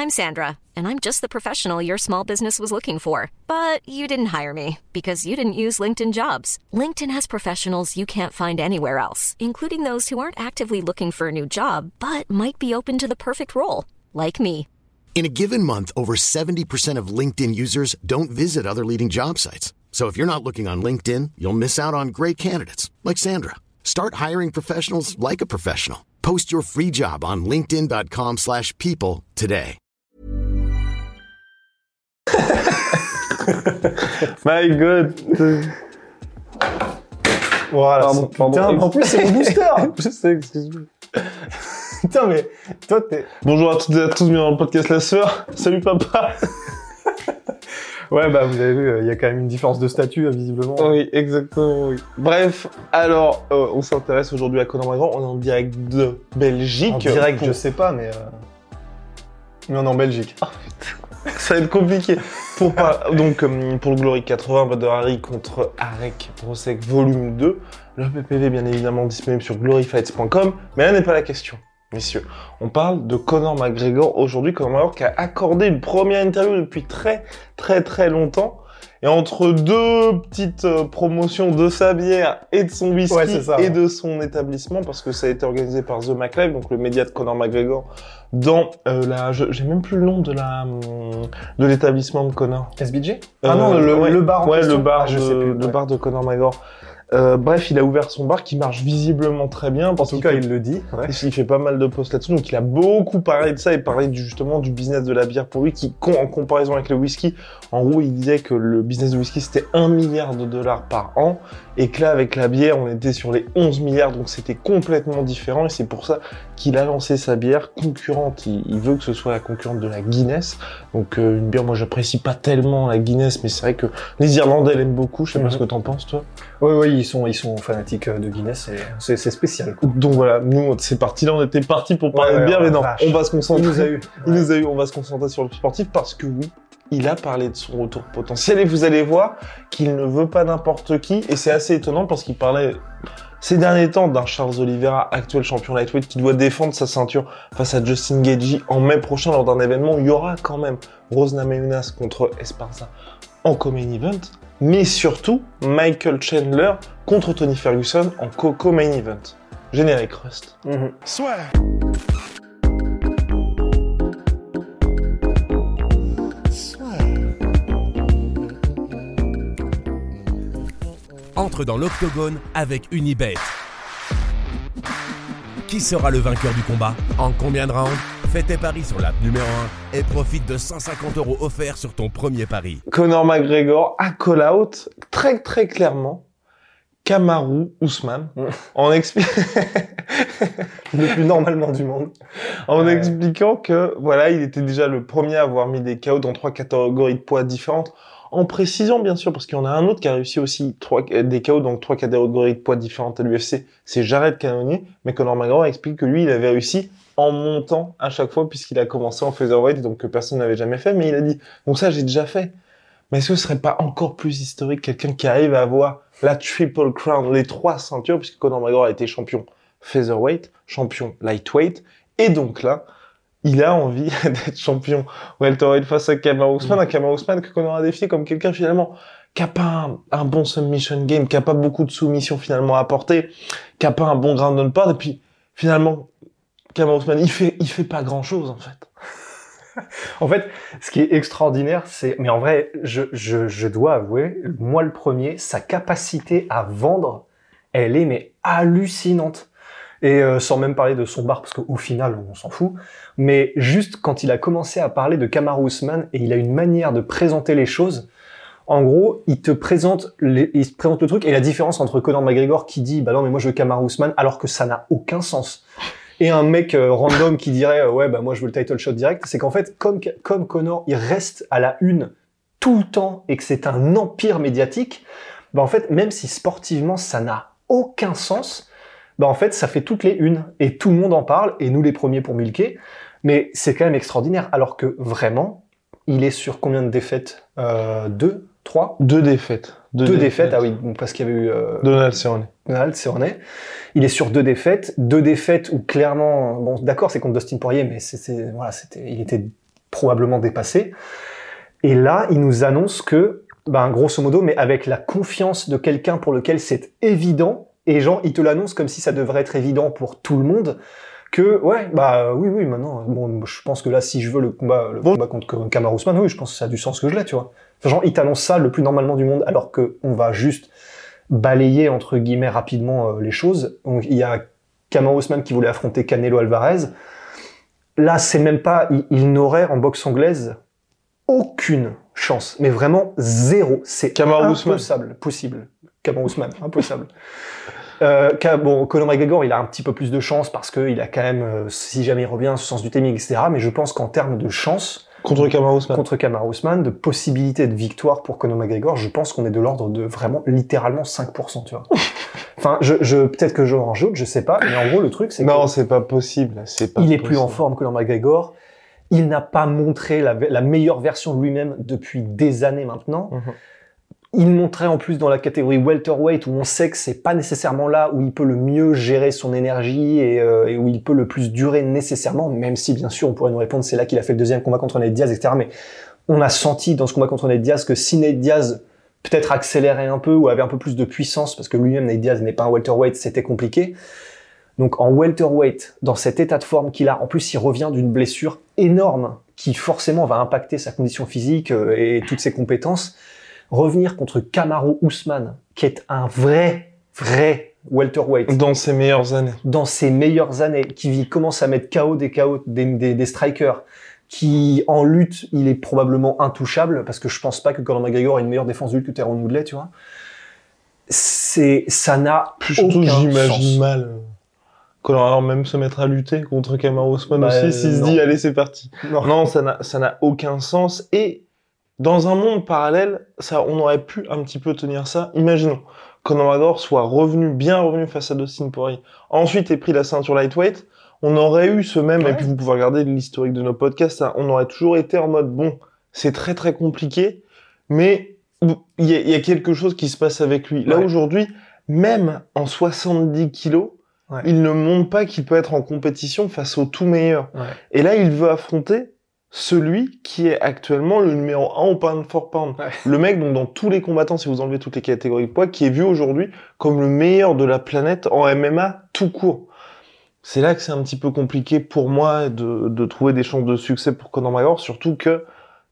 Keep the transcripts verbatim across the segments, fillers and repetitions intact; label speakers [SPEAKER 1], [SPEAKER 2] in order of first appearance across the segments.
[SPEAKER 1] I'm Sandra, and I'm just the professional your small business was looking for. But you didn't hire me because you didn't use LinkedIn Jobs. LinkedIn has professionals you can't find anywhere else, including those who aren't actively looking for a new job, but might be open to the perfect role, like me.
[SPEAKER 2] In a given month, over seventy percent of LinkedIn users don't visit other leading job sites. So if you're not looking on LinkedIn, you'll miss out on great candidates like Sandra. Start hiring professionals like a professional. Post your free job on linkedin dot com slash people today.
[SPEAKER 3] My God.
[SPEAKER 4] Voilà.
[SPEAKER 3] Pardon, pardon.
[SPEAKER 4] Putain, en plus, c'est mon booster.
[SPEAKER 3] Je sais, excuse-moi.
[SPEAKER 4] Putain, mais toi, t'es...
[SPEAKER 3] Bonjour à toutes et à tous, bienvenue dans le podcast La Sœur. Salut papa.
[SPEAKER 4] Ouais, bah vous avez vu, il y a quand même une différence de statut, visiblement.
[SPEAKER 3] Oui, exactement, oui. Bref, alors, euh, on s'intéresse aujourd'hui à Conor McGregor. On est en direct de Belgique.
[SPEAKER 4] En direct,
[SPEAKER 3] pour...
[SPEAKER 4] je sais pas, mais... Euh... Mais on est en Belgique.
[SPEAKER 3] Oh, putain. Ça va être compliqué. Pour par... Donc, euh, pour le Glory quatre-vingts, Badr Hari contre Arek Brosek, volume deux. Le P P V, bien évidemment, disponible sur glory fights point com. Mais là n'est pas la question, messieurs. On parle de Conor McGregor aujourd'hui. Conor McGregor qui a accordé une première interview depuis très, très, très longtemps. Et entre deux petites euh, promotions de sa bière et de son whisky
[SPEAKER 4] ouais, ça,
[SPEAKER 3] et
[SPEAKER 4] ouais.
[SPEAKER 3] de son établissement, parce que ça a été organisé par The McLive, donc le média de Conor McGregor, dans euh, la... Je, j'ai même plus le nom de la de l'établissement de Conor.
[SPEAKER 4] S B J
[SPEAKER 3] Euh,
[SPEAKER 4] Ah non, le,
[SPEAKER 3] ouais,
[SPEAKER 4] le bar en
[SPEAKER 3] ouais,
[SPEAKER 4] question.
[SPEAKER 3] le bar,
[SPEAKER 4] ah, je
[SPEAKER 3] de,
[SPEAKER 4] sais plus,
[SPEAKER 3] le
[SPEAKER 4] ouais.
[SPEAKER 3] bar de Conor McGregor. Euh, bref, il a ouvert son bar qui marche visiblement très bien.
[SPEAKER 4] En tout cas,
[SPEAKER 3] fait,
[SPEAKER 4] il le dit. Ouais.
[SPEAKER 3] Il fait pas mal de posts là-dessus, donc il a beaucoup parlé de ça et parlé du, justement du business de la bière pour lui, qui, en comparaison avec le whisky, en gros, il disait que le business du whisky c'était un milliard de dollars par an, et que là, avec la bière, on était sur les onze milliards, donc c'était complètement différent, et c'est pour ça qu'il a lancé sa bière concurrente. Il, il veut que ce soit la concurrente de la Guinness, donc euh, une bière, moi j'apprécie pas tellement la Guinness, mais c'est vrai que les Irlandais l'aiment beaucoup. Je sais mm-hmm. pas ce que t'en penses, toi.
[SPEAKER 4] Oui, oui, ils sont, ils sont fanatiques de Guinness, et c'est, c'est spécial, quoi.
[SPEAKER 3] Donc voilà, nous, c'est parti, là, on était parti pour parler
[SPEAKER 4] ouais,
[SPEAKER 3] de bière,
[SPEAKER 4] ouais,
[SPEAKER 3] mais non,
[SPEAKER 4] vache.
[SPEAKER 3] on va se concentrer.
[SPEAKER 4] Il nous a eu.
[SPEAKER 3] Il
[SPEAKER 4] ouais.
[SPEAKER 3] nous a eu, on va se concentrer sur le sportif parce que oui, il a parlé de son retour potentiel et vous allez voir qu'il ne veut pas n'importe qui, et c'est assez étonnant parce qu'il parlait ces derniers temps d'un Charles Oliveira, actuel champion lightweight, qui doit défendre sa ceinture face à Justin Gaethje en mai prochain lors d'un événement où il y aura quand même Rose Namajunas contre Esparza en co-main event, mais surtout Michael Chandler contre Tony Ferguson en co-main event. Générique Rust.
[SPEAKER 4] Mm-hmm.
[SPEAKER 5] Swear.
[SPEAKER 6] Entre dans l'octogone avec Unibet. Qui sera le vainqueur du combat? En combien de rounds? Fais tes paris sur l'app numéro un et profite de cent cinquante euros offerts sur ton premier pari.
[SPEAKER 3] Conor McGregor a call out très très clairement Kamaru Usman
[SPEAKER 4] mmh.
[SPEAKER 3] en expli...
[SPEAKER 4] le plus normalement du monde.
[SPEAKER 3] En
[SPEAKER 4] ouais.
[SPEAKER 3] expliquant que voilà, il était déjà le premier à avoir mis des K O dans trois catégories de poids différentes. En précisant, bien sûr, parce qu'il y en a un autre qui a réussi aussi trois, des K O dans trois catégories de poids différentes à l'U F C, c'est Jared Cannonier, mais Conor McGregor explique que lui, il avait réussi en montant à chaque fois, puisqu'il a commencé en featherweight, donc que personne n'avait jamais fait, mais il a dit, donc ça, j'ai déjà fait. Mais est-ce que ce serait pas encore plus historique, quelqu'un qui arrive à avoir la triple crown, les trois ceintures, puisque Conor McGregor a été champion featherweight, champion lightweight, et donc là, il a envie d'être champion welterweight face à Kamaru Usman, mmh. un Kamaru Usman que Conor a défié comme quelqu'un finalement qui a pas un, un bon submission game, qui a pas beaucoup de soumissions finalement à apporter, qui a pas un bon ground and pound, et puis finalement Kamaru Usman il fait il fait pas grand chose en fait.
[SPEAKER 4] En fait, ce qui est extraordinaire, c'est, mais en vrai, je je je dois avouer, moi le premier, sa capacité à vendre, elle est mais hallucinante. Et euh, sans même parler de son bar, parce qu'au final, on s'en fout. Mais juste quand il a commencé à parler de Kamaru Usman, et il a une manière de présenter les choses, en gros, il te présente, les, il te présente le truc, et la différence entre Conor McGregor qui dit « Bah non, mais moi je veux Kamaru Usman », alors que ça n'a aucun sens. Et un mec euh, random qui dirait euh, « Ouais, bah moi je veux le title shot direct », c'est qu'en fait, comme, comme Conor, il reste à la une tout le temps, et que c'est un empire médiatique, bah en fait, même si sportivement ça n'a aucun sens, bah en fait, ça fait toutes les unes, et tout le monde en parle, et nous les premiers pour milquer, mais c'est quand même extraordinaire, alors que vraiment, il est sur combien de défaites euh, Deux Trois
[SPEAKER 3] Deux défaites.
[SPEAKER 4] Deux, deux défaites. défaites, ah oui, parce qu'il y avait eu... Euh,
[SPEAKER 3] Donald Cerrone.
[SPEAKER 4] Donald Cerrone. Il est sur deux défaites, deux défaites où clairement, bon, d'accord, c'est contre Dustin Poirier, mais c'est, c'est, voilà, c'était, il était probablement dépassé. Et là, il nous annonce que, ben, grosso modo, mais avec la confiance de quelqu'un pour lequel c'est évident, et genre, il te l'annonce comme si ça devrait être évident pour tout le monde, que, ouais, bah, oui, oui, maintenant, bon, je pense que là, si je veux le combat, le bon. combat contre Kamaru Usman, oui, je pense que ça a du sens que je l'ai, tu vois. Enfin, genre, il t'annonce ça le plus normalement du monde, alors que on va juste balayer, entre guillemets, rapidement, euh, les choses. Donc, il y a Kamaru Usman qui voulait affronter Canelo Alvarez. Là, c'est même pas, il, il n'aurait, en boxe anglaise, aucune chance, mais vraiment zéro. C'est
[SPEAKER 3] Kamaru
[SPEAKER 4] impossible,
[SPEAKER 3] Usman.
[SPEAKER 4] possible. Kamaru Usman, impossible. euh, bon, Conor McGregor, il a un petit peu plus de chance parce qu'il a quand même, euh, si jamais il revient, ce sens du timing, et cetera. Mais je pense qu'en termes de chance
[SPEAKER 3] contre Kamaru Usman,
[SPEAKER 4] contre Kamaru Usman, de possibilité de victoire pour Conor McGregor, je pense qu'on est de l'ordre de vraiment littéralement cinq pour cent, tu vois. Enfin, je, je peut-être que je en joue, je sais pas, mais en gros le truc c'est
[SPEAKER 3] non,
[SPEAKER 4] que
[SPEAKER 3] c'est pas possible, c'est pas
[SPEAKER 4] il
[SPEAKER 3] possible.
[SPEAKER 4] est plus en forme que Conor McGregor. Il n'a pas montré la, la meilleure version de lui-même depuis des années maintenant. Mm-hmm. Il montrait en plus dans la catégorie welterweight où on sait que c'est pas nécessairement là où il peut le mieux gérer son énergie et, euh, et où il peut le plus durer nécessairement, même si bien sûr on pourrait nous répondre c'est là qu'il a fait le deuxième combat contre Nate Diaz, et cetera. Mais on a senti dans ce combat contre Nate Diaz que si Nate Diaz peut-être accélérait un peu ou avait un peu plus de puissance, parce que lui-même Nate Diaz n'est pas un welterweight, c'était compliqué. Donc en welterweight, dans cet état de forme qu'il a, en plus il revient d'une blessure énorme qui forcément va impacter sa condition physique euh, et toutes ses compétences. Revenir contre Kamaru Usman, qui est un vrai, vrai welterweight.
[SPEAKER 3] Dans ses meilleures années.
[SPEAKER 4] Dans ses meilleures années, qui commence à mettre K O des K O des, des, des strikers, qui en lutte, il est probablement intouchable, parce que je pense pas que Conor McGregor ait une meilleure défense de lutte que Tyron Woodley, tu vois. C'est, ça n'a
[SPEAKER 3] Plus surtout,
[SPEAKER 4] aucun
[SPEAKER 3] j'imagine
[SPEAKER 4] sens.
[SPEAKER 3] mal. Conor alors même se mettre à lutter contre Kamaru Usman
[SPEAKER 4] bah,
[SPEAKER 3] aussi, s'il se dit allez c'est parti.
[SPEAKER 4] Non,
[SPEAKER 3] non ça n'a, ça n'a aucun sens. Et dans un monde parallèle, ça, on aurait pu un petit peu tenir ça. Imaginons Conor McGregor soit revenu, bien revenu face à Dustin Poirier, ensuite ait pris la ceinture lightweight, on aurait eu ce même, ouais. Et puis vous pouvez regarder l'historique de nos podcasts, hein, on aurait toujours été en mode, bon, c'est très très compliqué, mais il y, y a quelque chose qui se passe avec lui. Là, ouais. Aujourd'hui, même en soixante-dix kilos, ouais. Il ne montre pas qu'il peut être en compétition face au tout meilleur. Ouais. Et là, il veut affronter celui qui est actuellement le numéro un au pound for pound. Ouais. Le mec, donc, dans tous les combattants, si vous enlevez toutes les catégories de poids, qui est vu aujourd'hui comme le meilleur de la planète en M M A tout court. C'est là que c'est un petit peu compliqué pour moi de, de trouver des chances de succès pour Conor McGregor, surtout que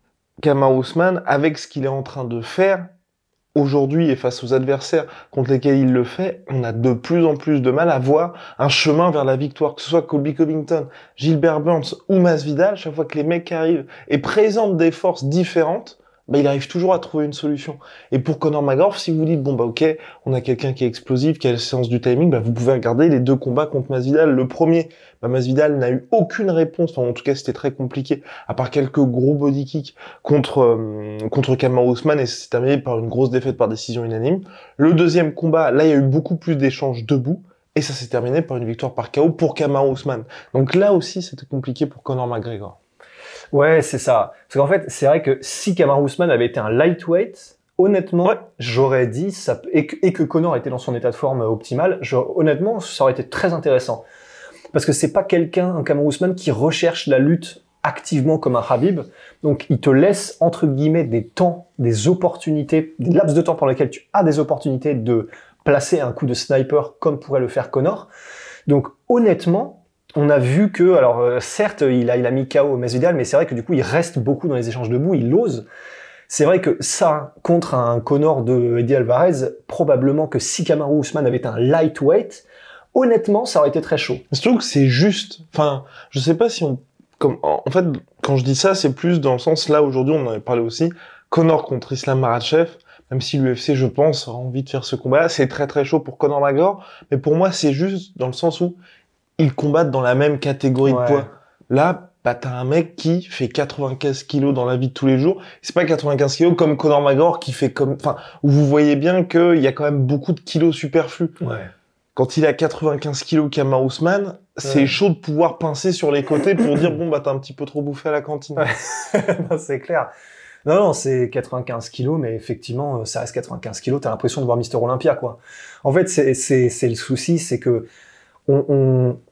[SPEAKER 3] Kamaru Usman, avec ce qu'il est en train de faire aujourd'hui et face aux adversaires contre lesquels il le fait, on a de plus en plus de mal à voir un chemin vers la victoire, que ce soit Colby Covington, Gilbert Burns ou Masvidal. Chaque fois que les mecs arrivent et présentent des forces différentes, bah, il arrive toujours à trouver une solution. Et pour Conor McGregor, si vous dites, bon, bah, ok, on a quelqu'un qui est explosif, qui a le sens du timing, bah, vous pouvez regarder les deux combats contre Masvidal. Le premier, bah, Masvidal n'a eu aucune réponse, enfin, en tout cas, c'était très compliqué, à part quelques gros body kicks contre, euh, contre Kamaru Usman, et c'est terminé par une grosse défaite par décision unanime. Le deuxième combat, là, il y a eu beaucoup plus d'échanges debout, et ça s'est terminé par une victoire par K O pour Kamaru Usman. Donc là aussi, c'était compliqué pour Conor McGregor.
[SPEAKER 4] Ouais, c'est ça. Parce qu'en fait, c'est vrai que si Kamaru Usman avait été un lightweight, honnêtement, ouais. j'aurais dit ça, et que, et que Conor était dans son état de forme optimal, je, honnêtement, ça aurait été très intéressant. Parce que c'est pas quelqu'un, un Kamaru Usman, qui recherche la lutte activement comme un Khabib. Donc, il te laisse, entre guillemets, des temps, des opportunités, des laps de temps pour lesquels tu as des opportunités de placer un coup de sniper comme pourrait le faire Conor. Donc, honnêtement, on a vu que, alors euh, certes, il a, il a mis K O Masvidal, mais c'est vrai que du coup, il reste beaucoup dans les échanges debout, il ose. C'est vrai que ça, contre un Conor de Eddie Alvarez, probablement que si Kamaru Usman avait été un lightweight, honnêtement, ça aurait été très chaud.
[SPEAKER 3] Je trouve que c'est juste. Enfin, je sais pas si on... Comme, en fait, quand je dis ça, c'est plus dans le sens, là, aujourd'hui, on en avait parlé aussi, Conor contre Islam Makhachev, même si l'U F C, je pense, a envie de faire ce combat-là, c'est très très chaud pour Conor McGregor, mais pour moi, c'est juste dans le sens où ils combattent dans la même catégorie ouais. de poids. Là, bah, t'as un mec qui fait quatre-vingt-quinze kilos dans la vie de tous les jours. C'est pas quatre-vingt-quinze kilos comme Conor McGregor qui fait comme, enfin, où vous voyez bien qu'il y a quand même beaucoup de kilos superflus.
[SPEAKER 4] Ouais.
[SPEAKER 3] Quand il a quatre-vingt-quinze kilos Kamaru Usman, ouais. c'est chaud de pouvoir pincer sur les côtés pour dire, bon, bah, t'as un petit peu trop bouffé à la cantine.
[SPEAKER 4] Ouais. non, c'est clair. Non, non, c'est quatre-vingt-quinze kilos, mais effectivement, ça reste quatre-vingt-quinze kilos. T'as l'impression de voir Mister Olympia, quoi. En fait, c'est, c'est, c'est le souci, c'est que on, on,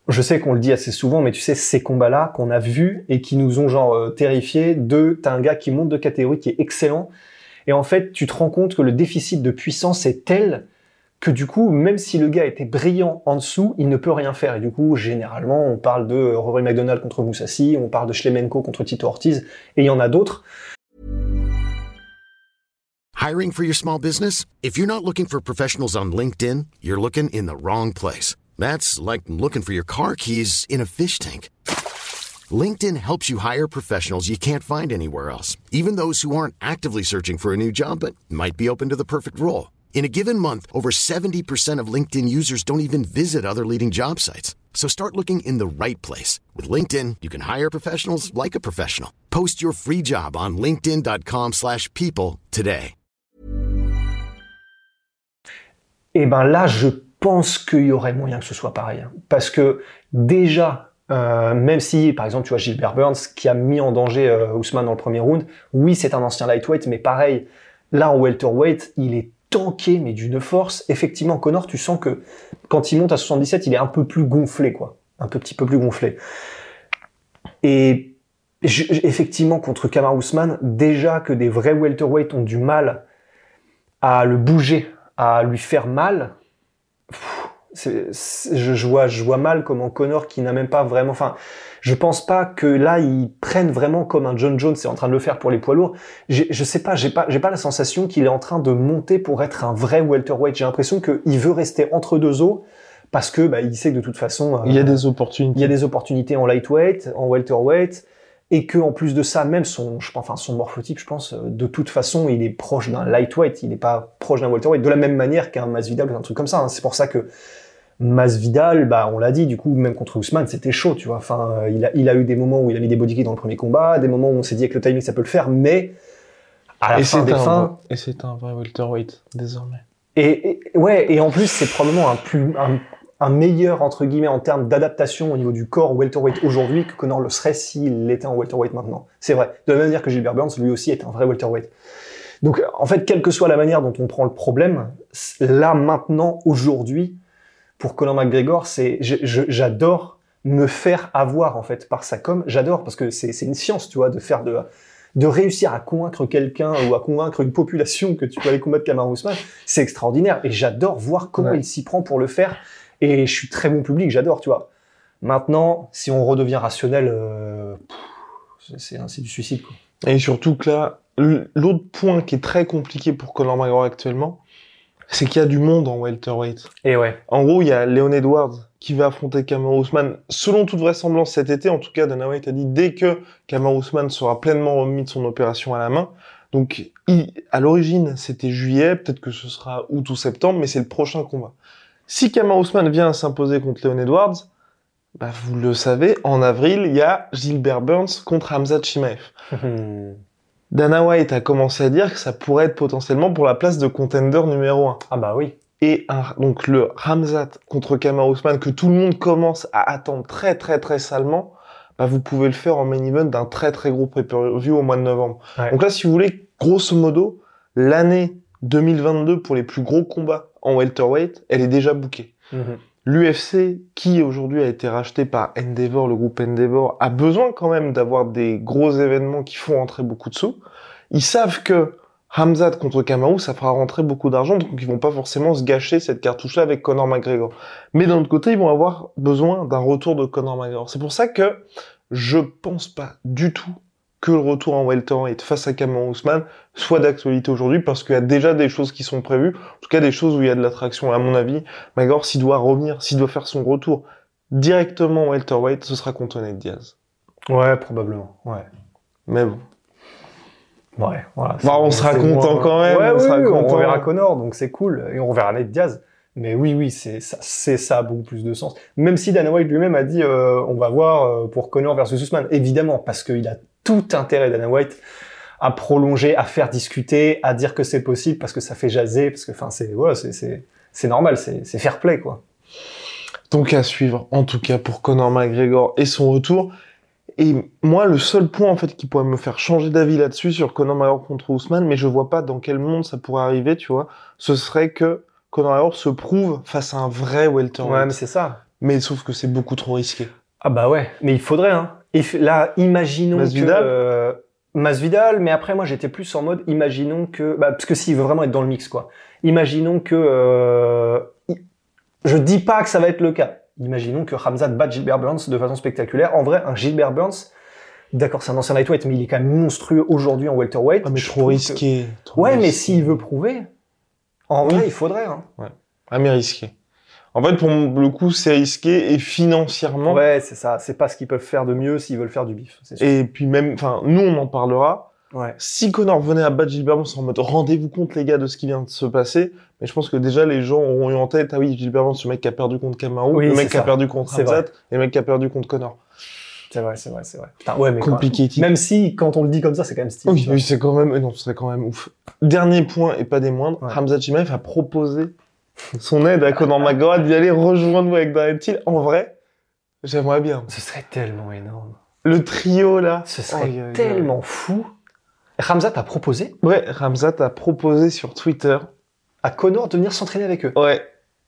[SPEAKER 4] je sais qu'on le dit assez souvent, mais tu sais, ces combats-là qu'on a vus et qui nous ont genre euh, terrifiés, de t'as un gars qui monte de catégorie, qui est excellent, et en fait, tu te rends compte que le déficit de puissance est tel que du coup, même si le gars était brillant en dessous, il ne peut rien faire. Et du coup, généralement, on parle de Rory McDonald contre Mousasi, on parle de Shlemenko contre Tito Ortiz, et il y en a d'autres.
[SPEAKER 2] Hiring for your small business? If you're not looking for professionals on LinkedIn, you're looking in the wrong place. That's like looking for your car keys in a fish tank. LinkedIn helps you hire professionals you can't find anywhere else, even those who aren't actively searching for a new job but might be open to the perfect role. In a given month, over seventy percent of LinkedIn users don't even visit other leading job sites. So start looking in the right place. With LinkedIn, you can hire professionals like a professional. Post your free job on linkedin dot com slash people today.
[SPEAKER 4] Et ben là, je pense qu'il y aurait moyen que ce soit pareil. Hein. Parce que déjà, euh, même si, par exemple, tu vois Gilbert Burns, qui a mis en danger euh, Ousmane dans le premier round, oui, c'est un ancien lightweight, mais pareil, là, en welterweight, il est tanké, mais d'une force. Effectivement, Conor, tu sens que quand il monte à soixante-dix-sept, il est un peu plus gonflé, quoi. Un peu, petit peu plus gonflé. Et je, effectivement, contre Kamaru Usman, déjà que des vrais welterweights ont du mal à le bouger, à lui faire mal, pff, c'est, c'est, je, je, vois, je vois mal comment Conor, qui n'a même pas vraiment... Enfin, je pense pas que là, ils prennent vraiment comme un John Jones est en train de le faire pour les poids lourds. J'ai, je sais pas, j'ai pas, j'ai pas la sensation qu'il est en train de monter pour être un vrai welterweight. J'ai l'impression qu'il veut rester entre deux eaux parce que bah, il sait que de toute façon... Euh,
[SPEAKER 3] il y a des opportunités.
[SPEAKER 4] Il y a des opportunités en lightweight, en welterweight, et que en plus de ça, même son, je pense, enfin son morphotype, je pense, de toute façon, il est proche d'un lightweight, il n'est pas proche d'un welterweight, de la même manière qu'un Masvidal ou un truc comme ça. Hein. C'est pour ça que Masvidal, bah on l'a dit, du coup, même contre Ousmane, c'était chaud, tu vois. Enfin, il a, il a eu des moments où il a mis des body kicks dans le premier combat, des moments où on s'est dit avec le timing ça peut le faire, mais à la
[SPEAKER 3] et
[SPEAKER 4] fin des fins,
[SPEAKER 3] et c'est un vrai welterweight désormais.
[SPEAKER 4] Et, et ouais, et en plus c'est probablement un plus un, un meilleur, entre guillemets, en termes d'adaptation au niveau du corps welterweight aujourd'hui que Conor le serait s'il était en welterweight maintenant. C'est vrai. De la même manière que Gilbert Burns, lui aussi, est un vrai welterweight. Donc, en fait, quelle que soit la manière dont on prend le problème, là, maintenant, aujourd'hui, pour Conor McGregor, c'est, je, je, j'adore me faire avoir, en fait, par sa com. J'adore, parce que c'est, c'est une science, tu vois, de faire de, de réussir à convaincre quelqu'un ou à convaincre une population que tu peux aller combattre Kamaru Usman. C'est extraordinaire. Et j'adore voir comment ouais. il s'y prend pour le faire. Et je suis très bon public, j'adore, tu vois. Maintenant, si on redevient rationnel, euh, pff, c'est, c'est du suicide, quoi.
[SPEAKER 3] Et surtout que là, l'autre point qui est très compliqué pour Conor McGregor actuellement, c'est qu'il y a du monde en welterweight.
[SPEAKER 4] Et ouais.
[SPEAKER 3] En gros, il y a Leon Edwards qui va affronter Kamaru Usman, selon toute vraisemblance cet été. En tout cas, Dana White a dit dès que Kamaru Usman sera pleinement remis de son opération à la main. Donc, il, à l'origine, c'était juillet, peut-être que ce sera août ou septembre, mais c'est le prochain combat. Si Kamaru Usman vient à s'imposer contre Leon Edwards, bah vous le savez, en avril, il y a Gilbert Burns contre Khamzat Chimaev. Dana White a commencé à dire que ça pourrait être potentiellement pour la place de contender numéro un.
[SPEAKER 4] Ah bah oui.
[SPEAKER 3] Et un, donc le Khamzat contre Kamaru Usman que tout le monde commence à attendre très très très salement, bah vous pouvez le faire en main event d'un très très gros pay-per-view au mois de novembre. Ouais. Donc là, si vous voulez, grosso modo, l'année deux mille vingt-deux pour les plus gros combats en welterweight, elle est déjà bookée. Mm-hmm. L'U F C, qui aujourd'hui a été racheté par Endeavor, le groupe Endeavor, a besoin quand même d'avoir des gros événements qui font rentrer beaucoup de sous. Ils savent que Khamzat contre Kamaru, ça fera rentrer beaucoup d'argent, donc ils vont pas forcément se gâcher cette cartouche-là avec Conor McGregor. Mais d'un autre côté, ils vont avoir besoin d'un retour de Conor McGregor. C'est pour ça que je pense pas du tout que le retour en welterweight face à Kamaru Usman soit d'actualité aujourd'hui, parce qu'il y a déjà des choses qui sont prévues, en tout cas des choses où il y a de l'attraction. À mon avis, McGregor, s'il doit revenir, s'il doit faire son retour directement en welterweight, ce sera contre Nate Diaz.
[SPEAKER 4] Ouais, probablement, ouais.
[SPEAKER 3] Mais bon.
[SPEAKER 4] Ouais, voilà.
[SPEAKER 3] Bon, on sera content moins... quand même.
[SPEAKER 4] Ouais,
[SPEAKER 3] on
[SPEAKER 4] oui,
[SPEAKER 3] sera
[SPEAKER 4] oui,
[SPEAKER 3] content.
[SPEAKER 4] On reverra Conor, donc c'est cool. Et on reverra Nate Diaz. Mais oui, oui, c'est ça, c'est ça a beaucoup plus de sens. Même si Dana White lui-même a dit, euh, on va voir euh, pour Conor versus Usman. Évidemment, parce qu'il a tout intérêt, Dana White, à prolonger, à faire discuter, à dire que c'est possible, parce que ça fait jaser, parce que, enfin, c'est, voilà, c'est, c'est, c'est normal, c'est, c'est fair play, quoi.
[SPEAKER 3] Donc à suivre, en tout cas, pour Conor McGregor et son retour. Et moi, le seul point, en fait, qui pourrait me faire changer d'avis là-dessus, sur Conor McGregor contre Usman, mais je vois pas dans quel monde ça pourrait arriver, tu vois, ce serait que Conor McGregor se prouve face à un vrai welterweight.
[SPEAKER 4] Ouais, mais c'est ça.
[SPEAKER 3] Mais sauf que c'est beaucoup trop risqué.
[SPEAKER 4] Ah bah ouais, mais il faudrait, hein. Et f- là, imaginons
[SPEAKER 3] Masvidal
[SPEAKER 4] que... Euh, Masvidal, mais après, moi, j'étais plus en mode, imaginons que... Bah, parce que s'il veut vraiment être dans le mix, quoi. Imaginons que... Euh, i- je dis pas que ça va être le cas. Imaginons que Khamzat batte Gilbert Burns de façon spectaculaire. En vrai, un Gilbert Burns, d'accord, c'est un ancien lightweight, mais il est quand même monstrueux aujourd'hui en welterweight.
[SPEAKER 3] Ah, mais
[SPEAKER 4] Je
[SPEAKER 3] trop
[SPEAKER 4] trouve
[SPEAKER 3] risqué.
[SPEAKER 4] que-
[SPEAKER 3] Trop
[SPEAKER 4] Ouais, mais
[SPEAKER 3] risqué.
[SPEAKER 4] s'il veut prouver, en
[SPEAKER 3] Oui.
[SPEAKER 4] vrai, il faudrait, hein.
[SPEAKER 3] Ah, mais risqué. En fait, pour le coup, c'est risqué et financièrement.
[SPEAKER 4] Ouais, c'est ça. C'est pas ce qu'ils peuvent faire de mieux s'ils veulent faire du bif. C'est sûr.
[SPEAKER 3] Et puis même, enfin, nous, on en parlera.
[SPEAKER 4] Ouais.
[SPEAKER 3] Si Conor venait à battre Gilbert Burns en mode rendez-vous compte, les gars, de ce qui vient de se passer, mais je pense que déjà, les gens auront eu en tête, ah oui, Gilbert Burns, ce mec qui a perdu contre Kamaru,
[SPEAKER 4] Oui,
[SPEAKER 3] le
[SPEAKER 4] c'est
[SPEAKER 3] mec qui a
[SPEAKER 4] ça.
[SPEAKER 3] perdu contre
[SPEAKER 4] C'est
[SPEAKER 3] Khamzat,
[SPEAKER 4] vrai.
[SPEAKER 3] et le mec qui a perdu contre Conor.
[SPEAKER 4] C'est vrai, c'est vrai, c'est vrai. Putain, ouais, mais quand-
[SPEAKER 3] Compliqué.
[SPEAKER 4] même si, quand on le dit comme ça, c'est quand même stylé.
[SPEAKER 3] Oui,
[SPEAKER 4] tu vois.
[SPEAKER 3] oui, c'est quand même, non, ce serait quand même ouf. Dernier point, et pas des moindres,
[SPEAKER 4] Ouais.
[SPEAKER 3] Khamzat Chimaev a proposé son aide à Conor McGregor d'y aller rejoindre avec Darren Till. En vrai, j'aimerais bien.
[SPEAKER 4] Ce serait tellement énorme.
[SPEAKER 3] Le trio, là.
[SPEAKER 4] Ce serait
[SPEAKER 3] Aïe, aïe, aïe.
[SPEAKER 4] tellement fou. Khamzat a proposé
[SPEAKER 3] Ouais, Khamzat a proposé sur Twitter.
[SPEAKER 4] à Conor de venir s'entraîner avec eux.
[SPEAKER 3] Ouais.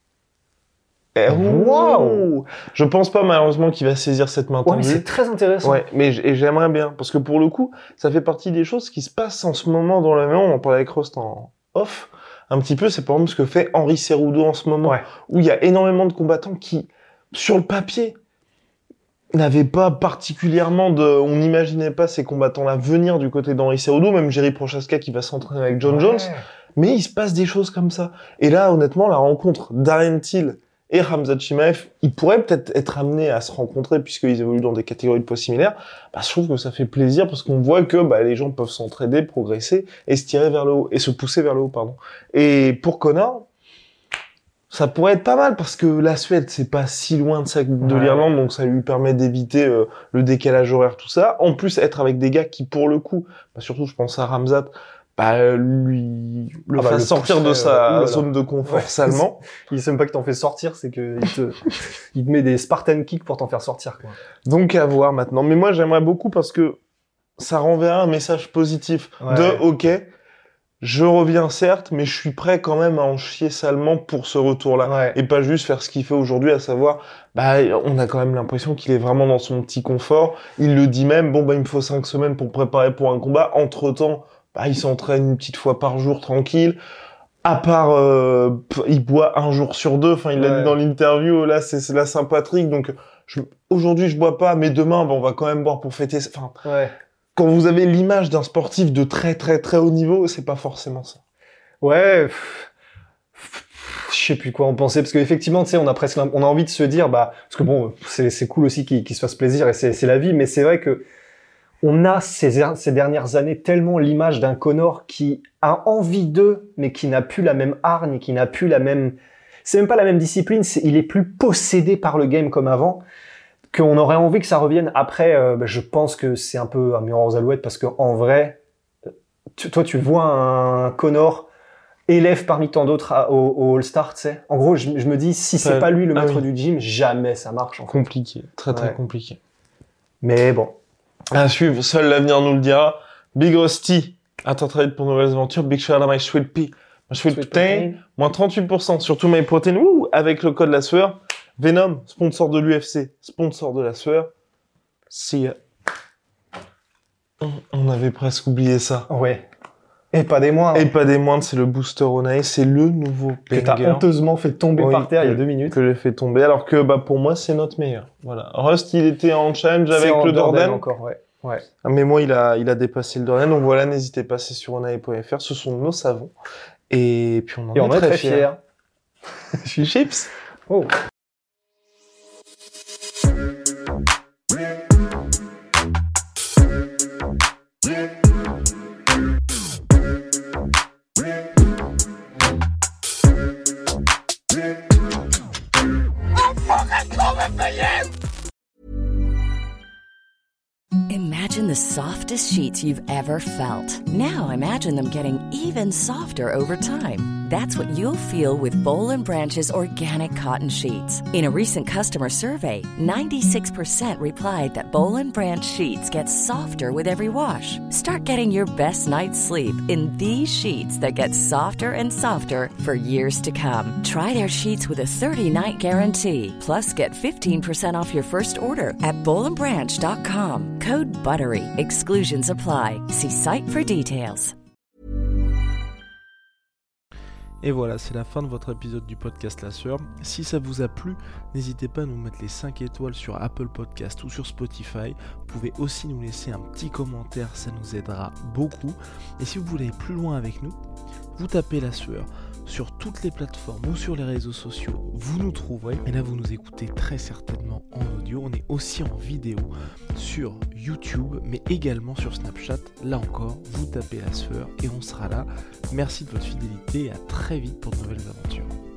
[SPEAKER 3] Et
[SPEAKER 4] Waouh.
[SPEAKER 3] Je pense pas malheureusement qu'il va saisir cette main
[SPEAKER 4] Ouais, mais
[SPEAKER 3] tendue.
[SPEAKER 4] c'est très intéressant.
[SPEAKER 3] Ouais, mais j- et j'aimerais bien parce que pour le coup, ça fait partie des choses qui se passent en ce moment dans le M M A. On en parlait avec Rost en off. Un petit peu, c'est par exemple ce que fait Henry Cerudo en ce moment,
[SPEAKER 4] Ouais.
[SPEAKER 3] où il y a énormément de combattants qui, sur le papier, n'avaient pas particulièrement de, on n'imaginait pas ces combattants-là venir du côté d'Henry Cerudo, même Jerry Prochaska qui va s'entraîner avec John
[SPEAKER 4] Ouais.
[SPEAKER 3] Jones. Mais il se passe des choses comme ça. Et là, honnêtement, la rencontre Darren Till et Khamzat Chimaev, ils pourraient peut-être être amenés à se rencontrer puisqu'ils évoluent dans des catégories de poids similaires. Bah, je trouve que ça fait plaisir parce qu'on voit que bah, les gens peuvent s'entraider, progresser et se tirer vers le haut et se pousser vers le haut, pardon. Et pour Conor, ça pourrait être pas mal parce que la Suède, c'est pas si loin de ça de
[SPEAKER 4] Ouais.
[SPEAKER 3] l'Irlande, donc ça lui permet d'éviter euh, le décalage horaire, tout ça. En plus, être avec des gars qui, pour le coup, bah, surtout je pense à Khamzat, bah, lui le
[SPEAKER 4] Ah bah,
[SPEAKER 3] fasse
[SPEAKER 4] le
[SPEAKER 3] sortir de
[SPEAKER 4] pousserait,
[SPEAKER 3] sa
[SPEAKER 4] euh, oulala.
[SPEAKER 3] zone de confort
[SPEAKER 4] Ouais.
[SPEAKER 3] salement.
[SPEAKER 4] Il sait même pas que t'en fais sortir, c'est que il te, il te met des Spartan kicks pour t'en faire sortir, quoi.
[SPEAKER 3] Donc à voir maintenant. Mais moi j'aimerais beaucoup parce que ça renverra un message positif
[SPEAKER 4] Ouais.
[SPEAKER 3] de ok, je reviens certes, mais je suis prêt quand même à en chier salement pour ce retour-là.
[SPEAKER 4] Ouais.
[SPEAKER 3] Et pas juste faire ce qu'il fait aujourd'hui, à savoir, bah, on a quand même l'impression qu'il est vraiment dans son petit confort. Il le dit même, bon, bah, il me faut cinq semaines pour préparer pour un combat. Entre-temps, bah, il s'entraîne une petite fois par jour, tranquille. À part, euh, p- il boit un jour sur deux. Enfin, il l'a
[SPEAKER 4] Ouais.
[SPEAKER 3] dit dans l'interview, là, c'est c'est la Saint-Patrick. Donc, je- aujourd'hui, je bois pas, mais demain, bah, on va quand même boire pour fêter. Enfin,
[SPEAKER 4] Ouais.
[SPEAKER 3] quand vous avez l'image d'un sportif de très, très, très haut niveau, c'est pas forcément ça.
[SPEAKER 4] Ouais. pff, pff, Je sais plus quoi en penser parce qu'effectivement, tu sais, on a presque, l'im- on a envie de se dire, bah, parce que bon, c'est c'est cool aussi qu'il qu'il se fasse plaisir et c'est c'est la vie, mais c'est vrai que on a ces, er- ces dernières années tellement l'image d'un Conor qui a envie d'eux, mais qui n'a plus la même hargne, qui n'a plus la même, c'est même pas la même discipline, c'est, il est plus possédé par le game comme avant, qu'on aurait envie que ça revienne. Après, euh, bah, je pense que c'est un peu un miroir aux alouettes parce que en vrai, tu- toi, tu vois un Conor élève parmi tant d'autres à- au, au All-Star, tu sais. En gros, je, je me dis, si c'est
[SPEAKER 3] Ouais.
[SPEAKER 4] pas lui le
[SPEAKER 3] Ah
[SPEAKER 4] maître
[SPEAKER 3] oui.
[SPEAKER 4] du gym, jamais ça marche, en fait.
[SPEAKER 3] Compliqué. Très, très
[SPEAKER 4] Ouais.
[SPEAKER 3] compliqué.
[SPEAKER 4] Mais bon.
[SPEAKER 3] À suivre, seul l'avenir nous le dira. Big Rusty, à ton trade pour nouvelles aventures. Big shout out à my sweet pea. My sweet,
[SPEAKER 4] Sweet
[SPEAKER 3] protein,
[SPEAKER 4] protein.
[SPEAKER 3] moins trente-huit pour cent sur tout my protein. Wouh, avec le code la sueur. Venom, sponsor de l'U F C, sponsor de la sueur. See ya. On- On avait presque oublié ça.
[SPEAKER 4] Ouais. Et pas des moindres.
[SPEAKER 3] Et pas des moindres, c'est le Booster Onae, c'est le nouveau
[SPEAKER 4] que t'as
[SPEAKER 3] banger
[SPEAKER 4] honteusement fait tomber
[SPEAKER 3] Oui,
[SPEAKER 4] par terre il y a
[SPEAKER 3] que-
[SPEAKER 4] deux minutes.
[SPEAKER 3] que j'ai fait tomber. Alors que bah pour moi, c'est notre meilleur. Voilà. Rust, il était en challenge
[SPEAKER 4] C'est
[SPEAKER 3] avec
[SPEAKER 4] en
[SPEAKER 3] le Dordan.
[SPEAKER 4] encore, ouais. Ouais.
[SPEAKER 3] Ah, mais moi, il a, il a dépassé le Dorian. Donc voilà, n'hésitez pas, c'est sur onae point f r. Ce sont nos savons. Et puis on en
[SPEAKER 4] Et
[SPEAKER 3] est,
[SPEAKER 4] on est
[SPEAKER 3] très,
[SPEAKER 4] très
[SPEAKER 3] fiers.
[SPEAKER 4] fiers.
[SPEAKER 3] Je suis chips.
[SPEAKER 4] Oh.
[SPEAKER 5] Imagine the softest sheets you've ever felt. Now imagine them getting even softer over time. That's what you'll feel with Boll and Branch's organic cotton sheets. In a recent customer survey, ninety-six percent replied that Boll and Branch sheets get softer with every wash. Start getting your best night's sleep in these sheets that get softer and softer for years to come. Try their sheets with a thirty-night guarantee. Plus, get fifteen percent off your first order at boll and branch dot com. Code BUTTERY. Exclusions apply. See site for details.
[SPEAKER 7] Et voilà, c'est la fin de votre épisode du podcast La Sueur. Si ça vous a plu, n'hésitez pas à nous mettre les cinq étoiles sur Apple Podcast ou sur Spotify. Vous pouvez aussi nous laisser un petit commentaire, ça nous aidera beaucoup. Et si vous voulez aller plus loin avec nous, vous tapez La Sueur sur toutes les plateformes ou sur les réseaux sociaux, vous nous trouverez. Et là, vous nous écoutez très certainement en audio. On est aussi en vidéo sur YouTube, mais également sur Snapchat. Là encore, vous tapez La Sueur et on sera là. Merci de votre fidélité et à très vite pour de nouvelles aventures.